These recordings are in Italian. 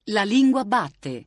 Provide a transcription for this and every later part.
La lingua batte.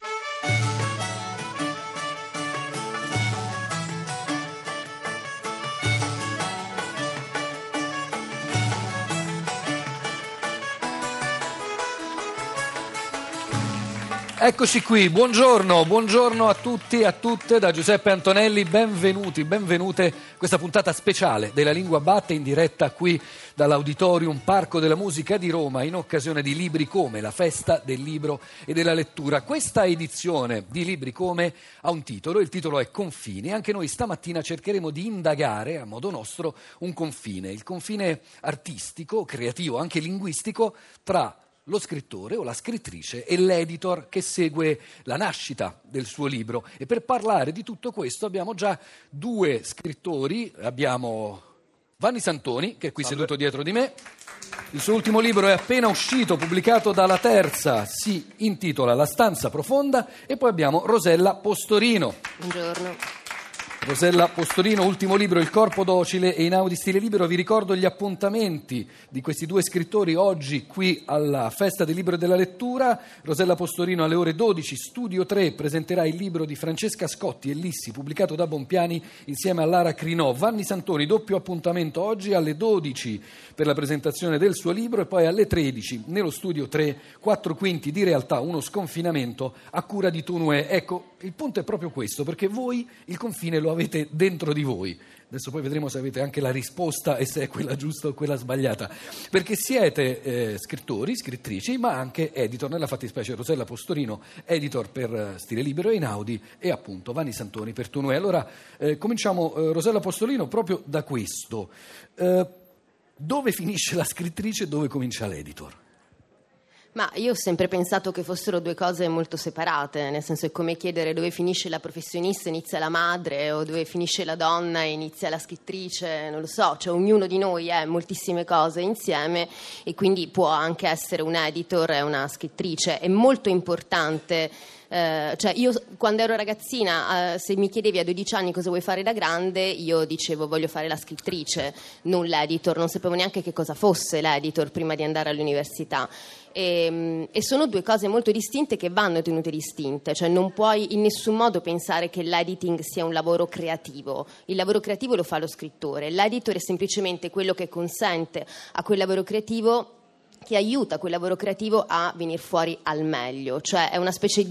Eccoci qui, buongiorno a tutti e a tutte da Giuseppe Antonelli, benvenute a questa puntata speciale della Lingua Batte in diretta qui dall'Auditorium Parco della Musica di Roma in occasione di Libri Come, la festa del libro e della lettura. Questa edizione di Libri Come ha un titolo, il titolo è Confini. Anche noi stamattina cercheremo di indagare a modo nostro un confine, il confine artistico, creativo, anche linguistico tra lo scrittore o la scrittrice e l'editor che segue la nascita del suo libro. E per parlare di tutto questo abbiamo già due scrittori. Abbiamo Vanni Santoni, che è qui seduto dietro di me. Il suo ultimo libro è appena uscito, pubblicato dalla Terza, si intitola La stanza profonda. E poi abbiamo Rosella Postorino. Buongiorno. Rosella Postorino, ultimo libro Il corpo docile e Einaudi stile libero. Vi ricordo gli appuntamenti di questi due scrittori oggi qui alla Festa del Libro e della Lettura. Rosella Postorino alle ore 12, Studio 3, presenterà il libro di Francesca Scotti e Lissi, pubblicato da Bompiani insieme a Lara Crinò. Vanni Santoni, doppio appuntamento oggi alle 12 per la presentazione del suo libro e poi alle 13 nello Studio 3, 4 quinti di realtà, uno sconfinamento a cura di Tunue. Ecco, il punto è proprio questo, perché voi il confine lo avete dentro di voi. Adesso poi vedremo se avete anche la risposta e se è quella giusta o quella sbagliata, perché siete scrittori, scrittrici, ma anche editor, nella fattispecie Rosella Postorino, editor per Stile Libero e Einaudi, e appunto Vanni Santoni per Tunue. Allora cominciamo, Rosella Postorino, proprio da questo. Dove finisce la scrittrice e dove comincia l'editor? Ma io ho sempre pensato che fossero due cose molto separate, nel senso è come chiedere dove finisce la professionista e inizia la madre, o dove finisce la donna e inizia la scrittrice, non lo so, cioè ognuno di noi è moltissime cose insieme e quindi può anche essere un editor e una scrittrice. È molto importante. Cioè io quando ero ragazzina, se mi chiedevi a 12 anni cosa vuoi fare da grande, io dicevo voglio fare la scrittrice, non l'editor. Non sapevo neanche che cosa fosse l'editor prima di andare all'università. E sono due cose molto distinte che vanno tenute distinte, cioè non puoi in nessun modo pensare che l'editing sia un lavoro creativo. Il lavoro creativo lo fa lo scrittore, l'editor è semplicemente quello che consente a quel lavoro creativo, che aiuta quel lavoro creativo a venire fuori al meglio, cioè è una specie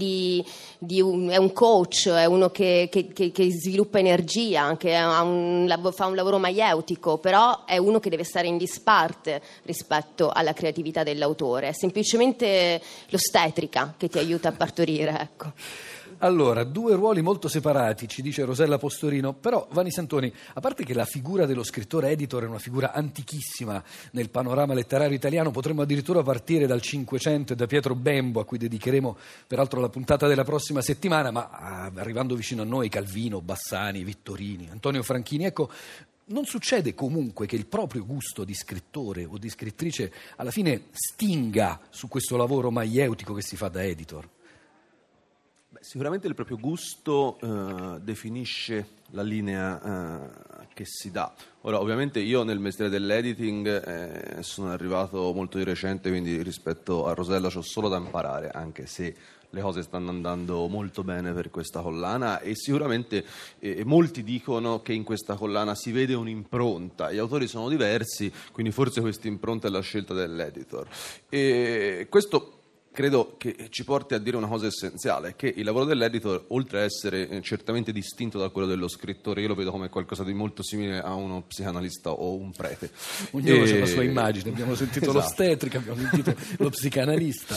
è un coach, è uno che sviluppa energia, che fa un lavoro maieutico, però è uno che deve stare in disparte rispetto alla creatività dell'autore, è semplicemente l'ostetrica che ti aiuta a partorire, ecco. Allora, due ruoli molto separati, ci dice Rosella Postorino, però Vanni Santoni, a parte che la figura dello scrittore editor è una figura antichissima nel panorama letterario italiano, potremmo addirittura partire dal Cinquecento e da Pietro Bembo, a cui dedicheremo peraltro la puntata della prossima settimana, ma arrivando vicino a noi Calvino, Bassani, Vittorini, Antonio Franchini, ecco. Non succede comunque che il proprio gusto di scrittore o di scrittrice alla fine stinga su questo lavoro maieutico che si fa da editor? Sicuramente il proprio gusto definisce la linea che si dà. Ora, ovviamente io nel mestiere dell'editing sono arrivato molto di recente, quindi rispetto a Rosella c'ho solo da imparare, anche se le cose stanno andando molto bene per questa collana e sicuramente molti dicono che in questa collana si vede un'impronta. Gli autori sono diversi, quindi forse questa impronta è la scelta dell'editor. E questo credo che ci porti a dire una cosa essenziale, che il lavoro dell'editor, oltre a essere certamente distinto da quello dello scrittore, io lo vedo come qualcosa di molto simile a uno psicanalista o un prete. Ognuno ha la sua immagine, abbiamo sentito esatto. L'ostetrica, abbiamo sentito lo psicanalista.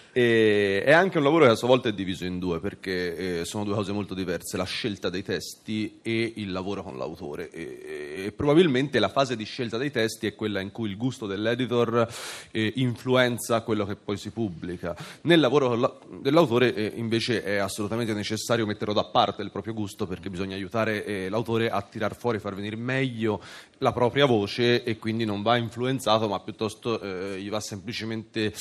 È anche un lavoro che a sua volta è diviso in due, perché sono due cose molto diverse, la scelta dei testi e il lavoro con l'autore, e probabilmente la fase di scelta dei testi è quella in cui il gusto dell'editor influenza quello che poi si pubblica. Nel lavoro dell'autore invece è assolutamente necessario metterlo da parte il proprio gusto, perché bisogna aiutare l'autore a tirar fuori, far venire meglio la propria voce, e quindi non va influenzato, ma piuttosto gli va semplicemente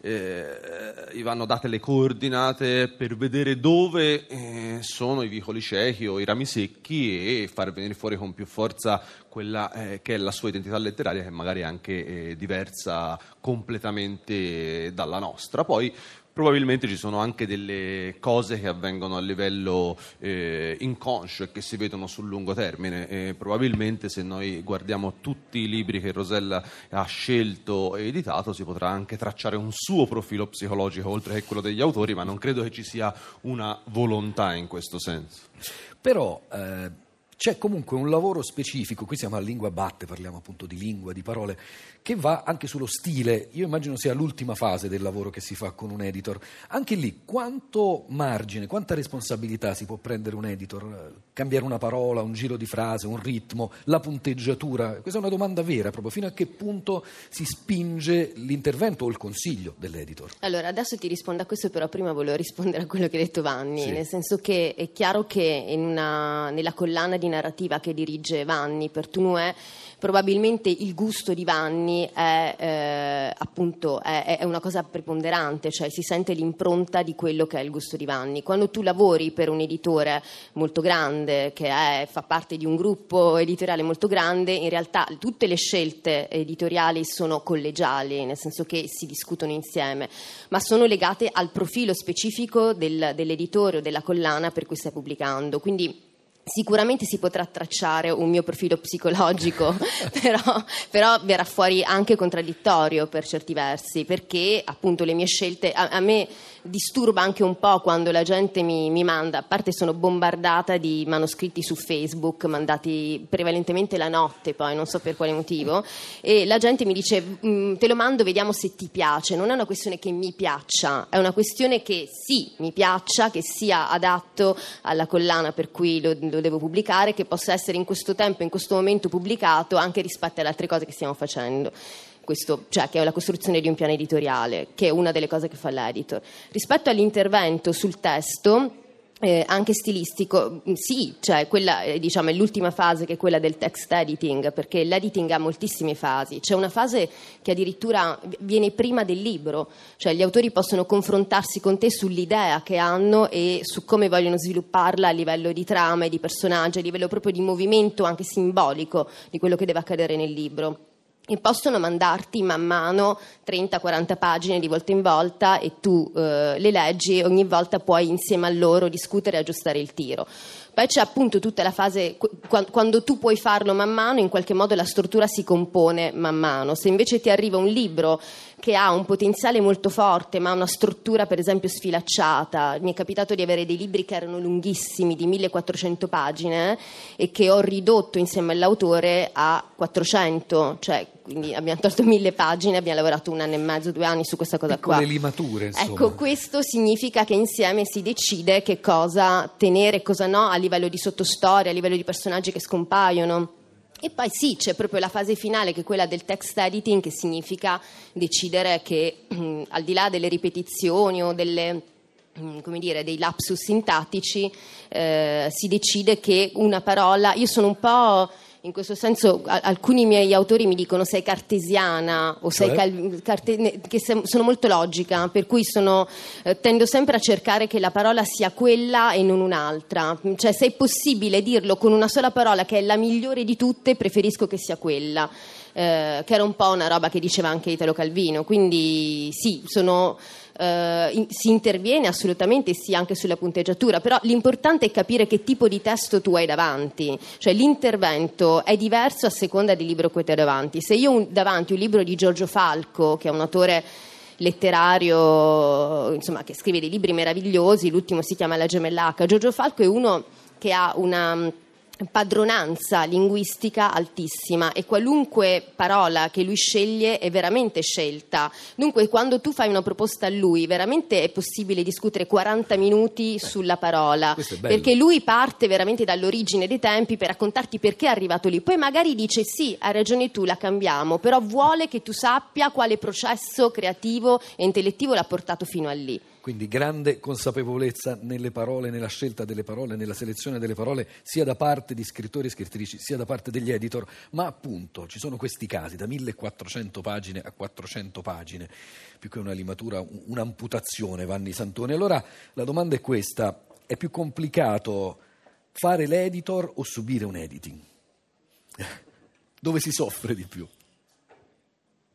gli vanno date le coordinate per vedere dove sono i vicoli ciechi o i rami secchi, e far venire fuori con più forza quella che è la sua identità letteraria, che magari è anche diversa completamente dalla nostra. Poi probabilmente ci sono anche delle cose che avvengono a livello inconscio e che si vedono sul lungo termine, e probabilmente se noi guardiamo tutti i libri che Rosella ha scelto e editato si potrà anche tracciare un suo profilo psicologico oltre che quello degli autori, ma non credo che ci sia una volontà in questo senso. Però c'è comunque un lavoro specifico, qui siamo a lingua batte, parliamo appunto di lingua, di parole, che va anche sullo stile. Io immagino sia l'ultima fase del lavoro che si fa con un editor. Anche lì, quanto margine, quanta responsabilità si può prendere un editor? Cambiare una parola, un giro di frase, un ritmo, la punteggiatura? Questa è una domanda vera, proprio fino a che punto si spinge l'intervento o il consiglio dell'editor? Allora, adesso ti rispondo a questo, però prima volevo rispondere a quello che ha detto Vanni, Sì. nel senso che è chiaro che nella collana di narrativa che dirige Vanni per Tourneur, probabilmente il gusto di Vanni è una cosa preponderante, cioè si sente l'impronta di quello che è il gusto di Vanni. Quando tu lavori per un editore molto grande, che fa parte di un gruppo editoriale molto grande, in realtà tutte le scelte editoriali sono collegiali, nel senso che si discutono insieme, ma sono legate al profilo specifico dell'editore o della collana per cui stai pubblicando. Quindi sicuramente si potrà tracciare un mio profilo psicologico, però verrà fuori anche contraddittorio per certi versi, perché appunto le mie scelte, a me disturba anche un po' quando la gente mi manda, a parte sono bombardata di manoscritti su Facebook mandati prevalentemente la notte, poi non so per quale motivo, e la gente mi dice te lo mando, vediamo se ti piace. Non è una questione che mi piaccia, è una questione che sì, mi piaccia, che sia adatto alla collana per cui lo devo pubblicare, che possa essere in questo tempo, in questo momento pubblicato anche rispetto alle altre cose che stiamo facendo. Questo, cioè, che è la costruzione di un piano editoriale, che è una delle cose che fa l'editor. Rispetto all'intervento sul testo, anche stilistico, sì, cioè quella diciamo è l'ultima fase, che è quella del text editing, perché l'editing ha moltissime fasi. C'è una fase che addirittura viene prima del libro, cioè gli autori possono confrontarsi con te sull'idea che hanno e su come vogliono svilupparla a livello di trama e di personaggi, a livello proprio di movimento anche simbolico di quello che deve accadere nel libro. E possono mandarti man mano 30-40 pagine di volta in volta e tu le leggi e ogni volta puoi insieme a loro discutere e aggiustare il tiro. Poi c'è appunto tutta la fase quando tu puoi farlo man mano, in qualche modo la struttura si compone man mano. Se invece ti arriva un libro che ha un potenziale molto forte ma una struttura per esempio sfilacciata, mi è capitato di avere dei libri che erano lunghissimi, di 1400 pagine, e che ho ridotto insieme all'autore a 400, cioè quindi abbiamo tolto 1000 pagine, abbiamo lavorato 1 anno e mezzo, 2 anni su questa cosa qua. Piccole limature, insomma. Ecco, questo significa che insieme si decide che cosa tenere e cosa no, a livello di sottostoria, a livello di personaggi che scompaiono. E poi sì, c'è proprio la fase finale, che è quella del text editing, che significa decidere che al di là delle ripetizioni o dei lapsus sintattici, si decide che una parola, io sono un po', in questo senso alcuni miei autori mi dicono sei cartesiana o sei che sono molto logica, per cui tendo sempre a cercare che la parola sia quella e non un'altra, cioè se è possibile dirlo con una sola parola che è la migliore di tutte, preferisco che sia quella, che era un po' una roba che diceva anche Italo Calvino. Quindi sì, si interviene assolutamente sì anche sulla punteggiatura, però l'importante è capire che tipo di testo tu hai davanti, cioè l'intervento è diverso a seconda del libro che tu hai davanti. Se io ho davanti un libro di Giorgio Falco, che è un autore letterario, insomma, che scrive dei libri meravigliosi, l'ultimo si chiama La gemella H, Giorgio Falco è uno che ha una padronanza linguistica altissima e qualunque parola che lui sceglie è veramente scelta. Dunque quando tu fai una proposta a lui veramente è possibile discutere 40 minuti sulla parola, perché lui parte veramente dall'origine dei tempi per raccontarti perché è arrivato lì, poi magari dice sì, hai ragione tu, la cambiamo, però vuole che tu sappia quale processo creativo e intellettivo l'ha portato fino a lì. Quindi grande consapevolezza nelle parole, nella scelta delle parole, nella selezione delle parole, sia da parte di scrittori e scrittrici, sia da parte degli editor. Ma appunto ci sono questi casi, da 1400 pagine a 400 pagine, più che una limatura, un'amputazione, Vanni Santoni. Allora la domanda è questa: è più complicato fare l'editor o subire un editing? Dove si soffre di più?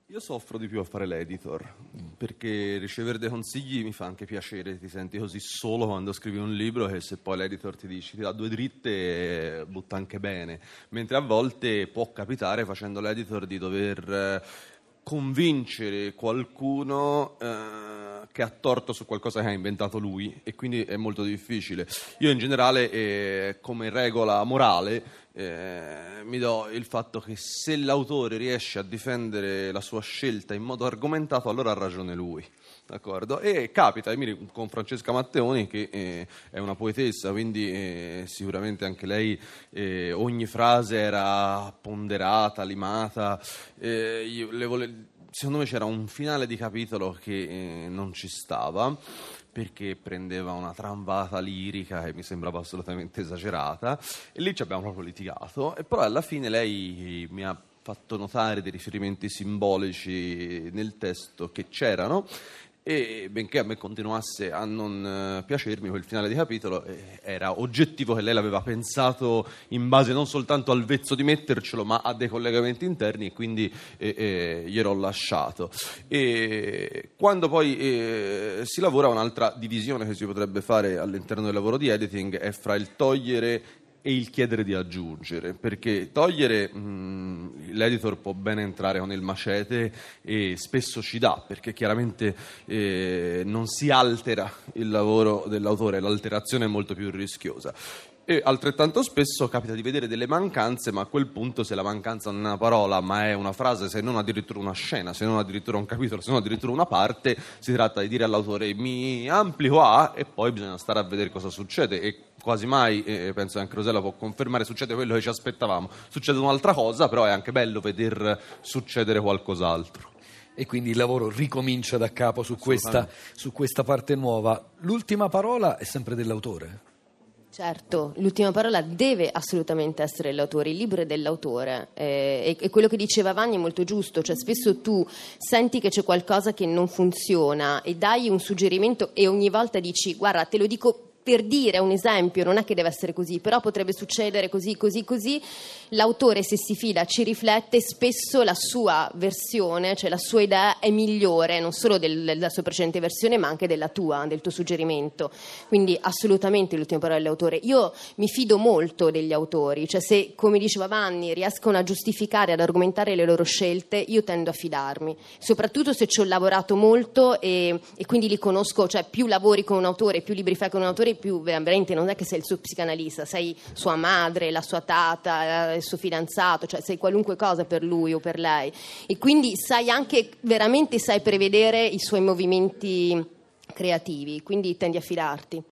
Io soffro di più a fare l'editor, perché ricevere dei consigli mi fa anche piacere, ti senti così solo quando scrivi un libro che se poi l'editor ti dà due dritte butta anche bene, mentre a volte può capitare facendo l'editor di dover convincere qualcuno che ha torto su qualcosa che ha inventato lui, e quindi è molto difficile. Io in generale, come regola morale, mi do il fatto che se l'autore riesce a difendere la sua scelta in modo argomentato, allora ha ragione lui. D'accordo? E capita con Francesca Matteoni, che è una poetessa, quindi sicuramente anche lei ogni frase era ponderata, limata. Secondo me c'era un finale di capitolo che non ci stava, perché prendeva una tramvata lirica che mi sembrava assolutamente esagerata, e lì ci abbiamo proprio litigato, e poi alla fine lei mi ha fatto notare dei riferimenti simbolici nel testo che c'erano, e benché a me continuasse a non piacermi quel finale di capitolo, era oggettivo che lei l'aveva pensato in base non soltanto al vezzo di mettercelo, ma a dei collegamenti interni, e quindi gliel'ho lasciato. E quando poi si lavora, un'altra divisione che si potrebbe fare all'interno del lavoro di editing è fra il togliere e il chiedere di aggiungere, perché togliere l'editor può bene entrare con il macete e spesso ci dà, perché chiaramente non si altera il lavoro dell'autore, l'alterazione è molto più rischiosa. E altrettanto spesso capita di vedere delle mancanze, ma a quel punto, se la mancanza non è una parola ma è una frase, se non addirittura una scena, se non addirittura un capitolo, se non addirittura una parte, si tratta di dire all'autore mi ampli qua, e poi bisogna stare a vedere cosa succede. E quasi mai, penso anche Rosella può confermare, succede quello che ci aspettavamo, succede un'altra cosa, però è anche bello veder succedere qualcos'altro. E quindi il lavoro ricomincia da capo su questa parte nuova. L'ultima parola è sempre dell'autore? Certo, l'ultima parola deve assolutamente essere dell'autore, il libro è dell'autore, e quello che diceva Vanni è molto giusto, cioè spesso tu senti che c'è qualcosa che non funziona e dai un suggerimento e ogni volta dici guarda, te lo dico per dire un esempio, non è che deve essere così, però potrebbe succedere così, così, così. L'autore, se si fida, ci riflette, spesso la sua versione, cioè la sua idea è migliore non solo della sua precedente versione, ma anche della tua, del tuo suggerimento. Quindi assolutamente l'ultima parola dell'autore. Io mi fido molto degli autori, cioè se, come diceva Vanni, riescono a giustificare, ad argomentare le loro scelte, io tendo a fidarmi, soprattutto se ci ho lavorato molto e quindi li conosco, cioè più lavori con un autore, più libri fai con un autore, più veramente non è che sei il suo psicanalista, sei sua madre, la sua tata, il suo fidanzato, cioè sei qualunque cosa per lui o per lei, e quindi sai anche, veramente sai prevedere i suoi movimenti creativi, quindi tendi a fidarti.